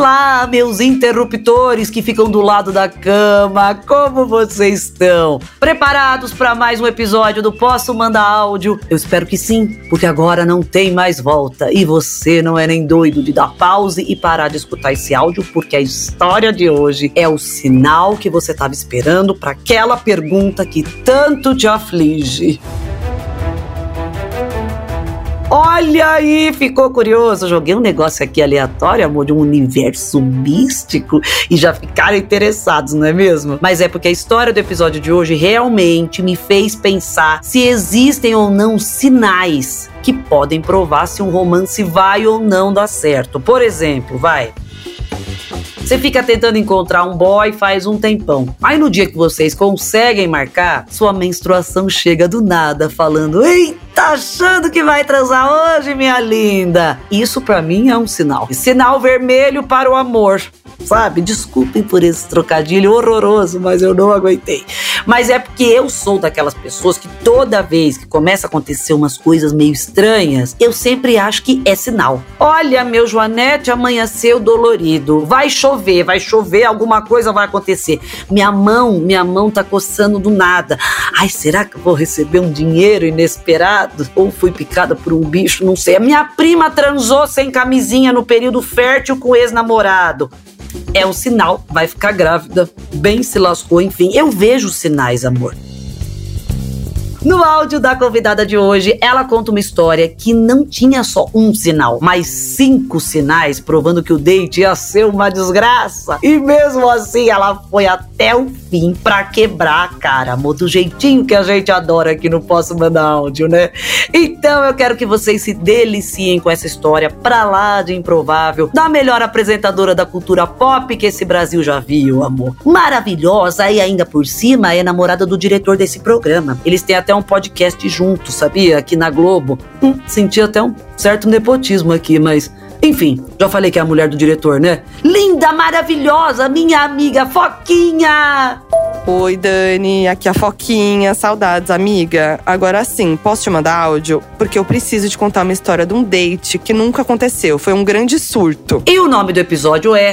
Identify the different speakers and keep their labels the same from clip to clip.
Speaker 1: Olá, meus interruptores que ficam do lado da cama, como vocês estão? Preparados para mais um episódio do Posso Mandar Áudio? Eu espero que sim, porque agora não tem mais volta e você não é nem doido de dar pause e parar de escutar esse áudio, porque a história de hoje é o sinal que você estava esperando para aquela pergunta que tanto te aflige. Olha aí, ficou curioso? Joguei um negócio aqui aleatório, amor, de um universo místico e já ficaram interessados, não é mesmo? Mas é porque a história do episódio de hoje realmente me fez pensar se existem ou não sinais que podem provar se um romance vai ou não dar certo. Por exemplo, você fica tentando encontrar um boy faz um tempão. Aí no dia que vocês conseguem marcar, sua menstruação chega do nada falando: "Ei, tá achando que vai transar hoje, minha linda?" Isso pra mim é um sinal. Sinal vermelho para o amor. Sabe? Desculpem por esse trocadilho horroroso, mas eu não aguentei. Mas é porque eu sou daquelas pessoas que toda vez que começa a acontecer umas coisas meio estranhas, eu sempre acho que é sinal. Olha, meu Joanete amanheceu dolorido. Vai chover, alguma coisa vai acontecer. Minha mão tá coçando do nada. Ai, será que eu vou receber um dinheiro inesperado? Ou fui picada por um bicho? Não sei. A minha prima transou sem camisinha no período fértil com o ex-namorado. É um sinal, vai ficar grávida, bem se lascou, enfim, eu vejo sinais, amor. No áudio da convidada de hoje, ela conta uma história que não tinha só um sinal, mas 5 sinais provando que o date ia ser uma desgraça. E mesmo assim, ela foi até o fim pra quebrar a cara, amor, do jeitinho que a gente adora aqui no Posso Mandar Áudio, né? Então eu quero que vocês se deliciem com essa história pra lá de improvável, da melhor apresentadora da cultura pop que esse Brasil já viu, amor. Maravilhosa e ainda por cima é namorada do diretor desse programa. Eles têm até um podcast juntos, sabia? Aqui na Globo. Senti até um certo nepotismo aqui, mas... Enfim, já falei que é a mulher do diretor, né? Linda, maravilhosa, minha amiga Foquinha!
Speaker 2: Oi, Dani, aqui é a Foquinha, saudades, amiga. Agora sim, posso te mandar áudio? Porque eu preciso te contar uma história de um date que nunca aconteceu, foi um grande surto.
Speaker 1: E o nome do episódio é...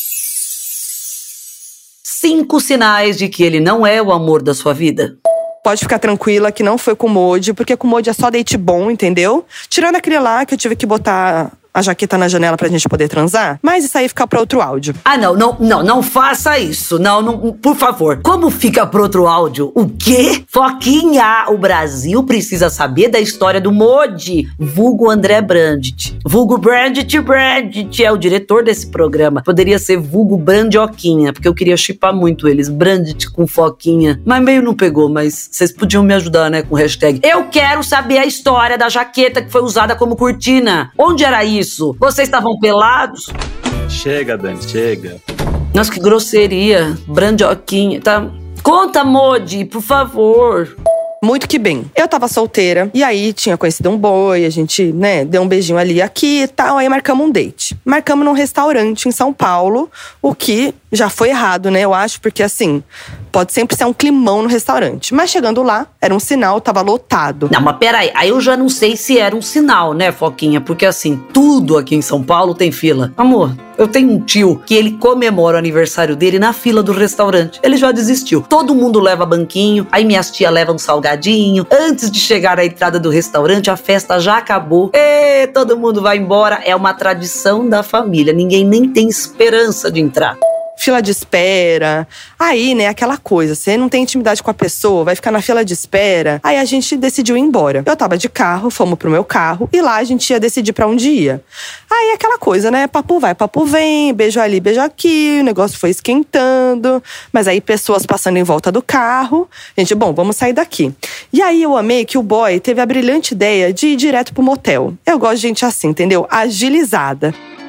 Speaker 1: 5 sinais de que ele não é o amor da sua vida.
Speaker 2: Pode ficar tranquila que não foi com o Modi, porque com o Modi é só date bom, entendeu? Tirando aquele lá que eu tive que botar a jaqueta na janela pra gente poder transar, mas isso aí fica pra outro áudio.
Speaker 1: Ah, não faça isso. Não, por favor. Como fica pro outro áudio? O quê? Foquinha, o Brasil precisa saber da história do Modi, vulgo André Brandt. Vulgo Brandt é o diretor desse programa. Poderia ser vulgo Brandioquinha, porque eu queria chipar muito eles, Brandt com Foquinha. Mas meio não pegou, mas vocês podiam me ajudar, né, com hashtag. Eu quero saber a história da jaqueta que foi usada como cortina. Onde era isso? Vocês estavam pelados?
Speaker 3: Chega, Dani, chega.
Speaker 1: Nossa, que grosseria. Brandioquinha, tá? Conta, Modi, por favor.
Speaker 2: Muito que bem. Eu tava solteira, e aí tinha conhecido um boy, a gente, né, deu um beijinho ali aqui e tal, aí marcamos um date. Marcamos num restaurante em São Paulo, o que já foi errado, né, eu acho, porque assim, pode sempre ser um climão no restaurante. Mas chegando lá, era um sinal, tava lotado.
Speaker 1: Não, mas peraí, aí eu já não sei se era um sinal, né, Foquinha? Porque assim, tudo aqui em São Paulo tem fila. Amor, eu tenho um tio que ele comemora o aniversário dele na fila do restaurante. Ele já desistiu. Todo mundo leva banquinho, aí minhas tias levam um salgadinho. Antes de chegar à entrada do restaurante, a festa já acabou. E todo mundo vai embora. É uma tradição da família. Ninguém nem tem esperança de entrar.
Speaker 2: Fila de espera. Aí, né, aquela coisa, você não tem intimidade com a pessoa, vai ficar na fila de espera. Aí a gente decidiu ir embora. Eu tava de carro, fomos pro meu carro, e lá a gente ia decidir pra onde ia. Aí aquela coisa, né, papo vai, papo vem, beijo ali, beijo aqui, o negócio foi esquentando. Mas aí pessoas passando em volta do carro. Gente, bom, vamos sair daqui. E aí eu amei que o boy teve a brilhante ideia de ir direto pro motel. Eu gosto de gente assim, entendeu? Agilizada.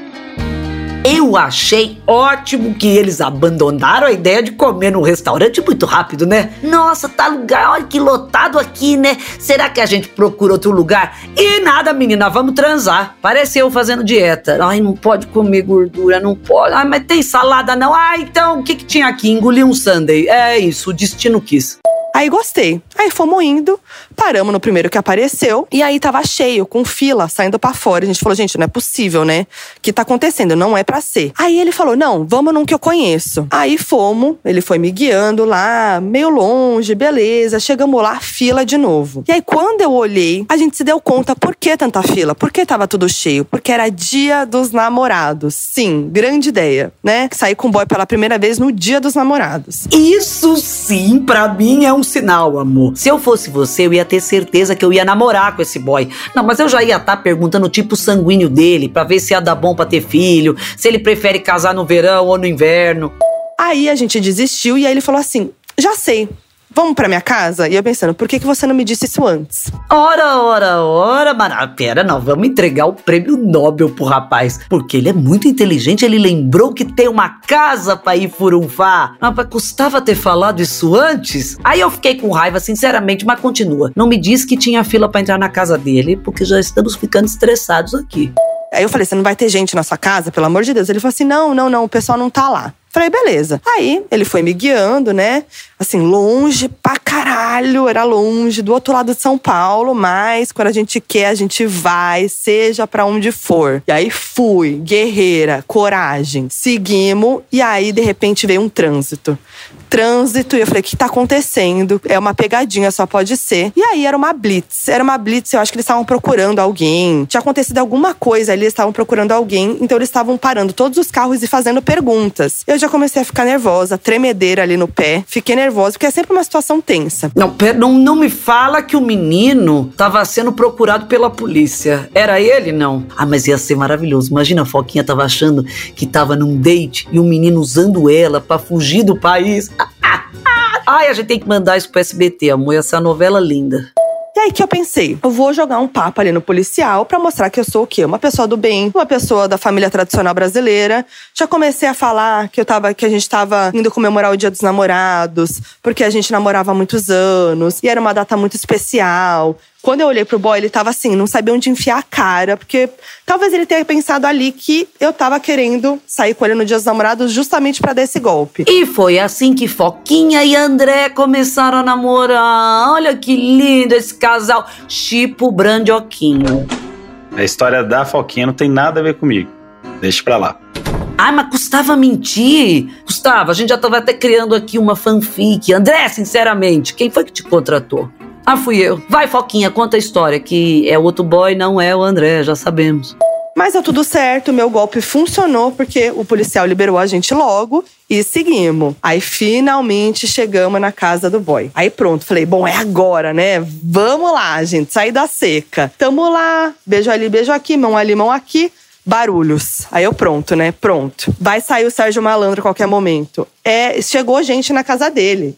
Speaker 1: Eu achei ótimo que eles abandonaram a ideia de comer num restaurante muito rápido, né? Nossa, tá lugar, olha que lotado aqui, né? Será que a gente procura outro lugar? E nada, menina, vamos transar. Parece eu fazendo dieta. Ai, não pode comer gordura, não pode. Ai, mas tem salada não. Ah, então, o que tinha aqui? Engoli um sundae. É isso, o destino quis.
Speaker 2: Aí gostei. Aí fomos indo, paramos no primeiro que apareceu. E aí tava cheio, com fila, saindo pra fora. A gente falou, gente, não é possível, né? O que tá acontecendo? Não é pra ser. Aí ele falou, não, vamos num que eu conheço. Aí fomos, ele foi me guiando lá, meio longe, beleza. Chegamos lá, fila de novo. E aí quando eu olhei, a gente se deu conta por que tanta fila? Por que tava tudo cheio? Porque era Dia dos Namorados. Sim, grande ideia, né? Sair com o boy pela primeira vez no Dia dos Namorados.
Speaker 1: Isso sim, pra mim é um sinal, amor. Se eu fosse você, eu ia ter certeza que eu ia namorar com esse boy. Não, mas eu já ia estar perguntando o tipo sanguíneo dele, pra ver se ia dar bom pra ter filho, se ele prefere casar no verão ou no inverno.
Speaker 2: Aí a gente desistiu e aí ele falou assim, já sei, vamos pra minha casa? E eu pensando, por que você não me disse isso antes?
Speaker 1: Ora, mano, pera, não, vamos entregar o prêmio Nobel pro rapaz, porque ele é muito inteligente, ele lembrou que tem uma casa pra ir furunfar. Mas custava ter falado isso antes? Aí eu fiquei com raiva, sinceramente, mas continua. Não me disse que tinha fila pra entrar na casa dele, porque já estamos ficando estressados aqui.
Speaker 2: Aí eu falei, você não vai ter gente na sua casa, pelo amor de Deus? Ele falou assim, não, o pessoal não tá lá. Falei, beleza. Aí, ele foi me guiando, né? Assim, longe pra caralho. Era longe, do outro lado de São Paulo. Mas, quando a gente quer, a gente vai. Seja pra onde for. E aí, fui. Guerreira. Coragem. Seguimos. E aí, de repente, veio um trânsito. E eu falei, o que tá acontecendo? É uma pegadinha, só pode ser. E aí, era uma blitz. Eu acho que eles estavam procurando alguém. Tinha acontecido alguma coisa ali, eles estavam procurando alguém. Então, eles estavam parando todos os carros e fazendo perguntas. Eu já comecei a ficar nervosa, tremedeira ali no pé. Fiquei nervosa, porque é sempre uma situação tensa.
Speaker 1: Não me fala que o menino tava sendo procurado pela polícia. Era ele, não? Ah, mas ia ser maravilhoso. Imagina, a Foquinha tava achando que tava num date e o menino usando ela pra fugir do país. Ai, a gente tem que mandar isso pro SBT, amor. Essa novela linda.
Speaker 2: E aí que eu pensei, eu vou jogar um papo ali no policial pra mostrar que eu sou o quê? Uma pessoa do bem, uma pessoa da família tradicional brasileira. Já comecei a falar que a gente tava indo comemorar o Dia dos Namorados, porque a gente namorava há muitos anos, e era uma data muito especial. Quando eu olhei pro boy, ele tava assim, não sabia onde enfiar a cara, porque talvez ele tenha pensado ali que eu tava querendo sair com ele no Dia dos Namorados justamente pra dar esse golpe.
Speaker 1: E foi assim que Foquinha e André começaram a namorar. Olha que lindo esse casal, tipo Brandioquinho.
Speaker 3: A história da Foquinha não tem nada a ver comigo. Deixa pra lá.
Speaker 1: Ai, mas custava mentir. Gustavo, a gente já tava até criando aqui uma fanfic. André, sinceramente, quem foi que te contratou? Ah, fui eu. Vai, Foquinha, conta a história, que é o outro boy, não é o André, já sabemos.
Speaker 2: Mas deu tudo certo, meu golpe funcionou, porque o policial liberou a gente logo e seguimos. Aí, finalmente, chegamos na casa do boy. Aí, pronto, falei, bom, é agora, né? Vamos lá, gente, sair da seca. Tamo lá, beijo ali, beijo aqui, mão ali, mão aqui. Barulhos. Aí eu pronto, né? Pronto. Vai sair o Sérgio Malandro a qualquer momento. Chegou gente na casa dele.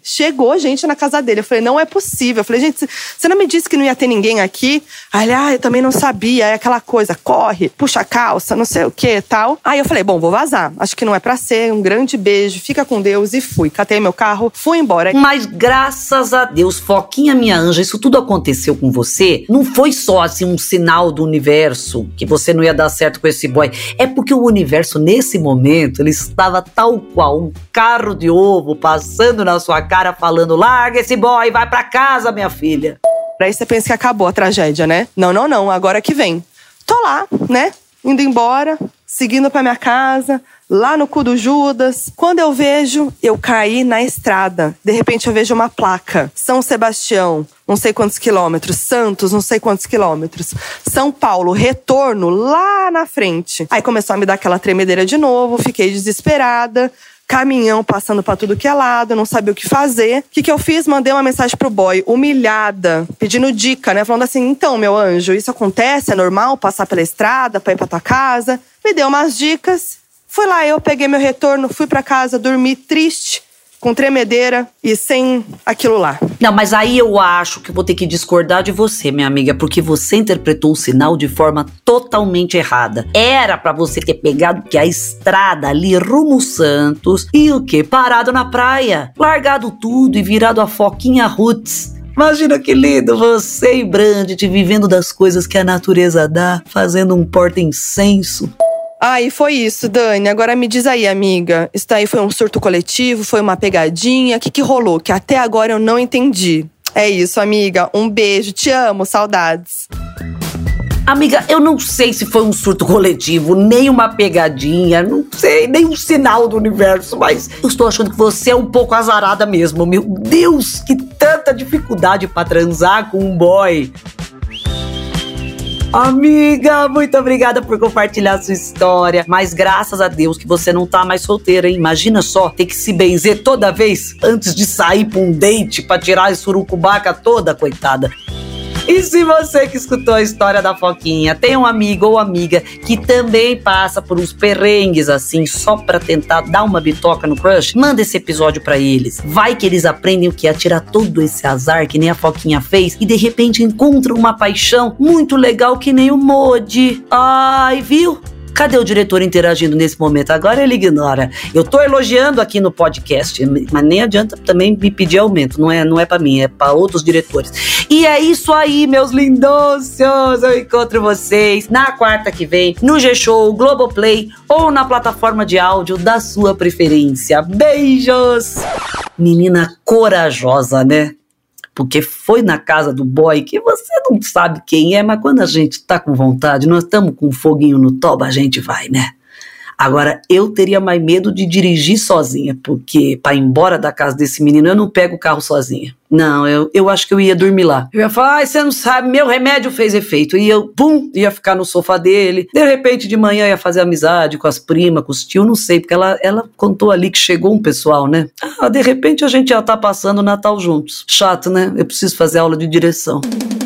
Speaker 2: Eu falei, não é possível. Eu falei, gente, você não me disse que não ia ter ninguém aqui? Aí ele, eu também não sabia. Aí aquela coisa, corre, puxa a calça, não sei o que e tal. Aí eu falei, bom, vou vazar. Acho que não é pra ser. Um grande beijo, fica com Deus. E fui. Catei meu carro, fui embora.
Speaker 1: Mas graças a Deus, Foquinha, minha anja, isso tudo aconteceu com você. Não foi só assim um sinal do universo que você não ia dar certo com esse boy. É porque o universo, nesse momento, ele estava tal qual um carro de ovo passando na sua cara falando, larga esse boy, vai pra casa, minha filha.
Speaker 2: Aí você pensa que acabou a tragédia, né? Não, agora que vem. Tô lá, né? Indo embora, seguindo pra minha casa, lá no cu do Judas. Quando eu vejo, eu caí na estrada. De repente eu vejo uma placa. São Sebastião, não sei quantos quilômetros. Santos, não sei quantos quilômetros. São Paulo, retorno lá na frente. Aí começou a me dar aquela tremedeira de novo, fiquei desesperada. Caminhão passando pra tudo que é lado, não sabia o que fazer. O que eu fiz? Mandei uma mensagem pro boy, humilhada, pedindo dica, né? Falando assim, então, meu anjo, isso acontece? É normal passar pela estrada pra ir pra tua casa? Me deu umas dicas. Fui lá, eu peguei meu retorno, fui pra casa, dormi triste, com tremedeira e sem aquilo lá.
Speaker 1: Não, mas aí eu acho que vou ter que discordar de você, minha amiga, porque você interpretou o sinal de forma totalmente errada. Era pra você ter pegado que a estrada ali, rumo Santos, e o quê? Parado na praia, largado tudo e virado a Foquinha Roots. Imagina que lindo, você e Brandt vivendo das coisas que a natureza dá, fazendo um porta-incenso.
Speaker 2: E foi isso, Dani. Agora me diz aí, amiga. Isso daí foi um surto coletivo? Foi uma pegadinha? O que rolou? Que até agora eu não entendi. É isso, amiga. Um beijo. Te amo. Saudades.
Speaker 1: Amiga, eu não sei se foi um surto coletivo, nem uma pegadinha, não sei, nem um sinal do universo, mas eu estou achando que você é um pouco azarada mesmo. Meu Deus, que tanta dificuldade pra transar com um boy. Amiga, muito obrigada por compartilhar sua história. Mas graças a Deus que você não tá mais solteira, hein? Imagina só ter que se benzer toda vez antes de sair pra um date pra tirar a surucubaca toda, coitada. E se você que escutou a história da Foquinha tem um amigo ou amiga que também passa por uns perrengues assim só pra tentar dar uma bitoca no crush, manda esse episódio pra eles. Vai que eles aprendem o que é tirar todo esse azar que nem a Foquinha fez e de repente encontram uma paixão muito legal que nem o Modi. Ai, viu? Cadê o diretor interagindo nesse momento? Agora ele ignora. Eu tô elogiando aqui no podcast, mas nem adianta também me pedir aumento. Não é pra mim, é pra outros diretores. E é isso aí, meus lindôcios. Eu encontro vocês na quarta que vem, no G-Show, Globoplay ou na plataforma de áudio da sua preferência. Beijos! Menina corajosa, né? Porque foi na casa do boy que você não sabe quem é, mas quando a gente tá com vontade, nós estamos com um foguinho no toba, a gente vai, né? Agora, eu teria mais medo de dirigir sozinha, porque pra ir embora da casa desse menino, eu não pego o carro sozinha. Não, eu acho que eu ia dormir lá. Eu ia falar, você não sabe, meu remédio fez efeito. E eu, ia ficar no sofá dele. De repente, de manhã, ia fazer amizade com as primas, com os tios, não sei, porque ela contou ali que chegou um pessoal, né? De repente, a gente já tá passando o Natal juntos. Chato, né? Eu preciso fazer aula de direção.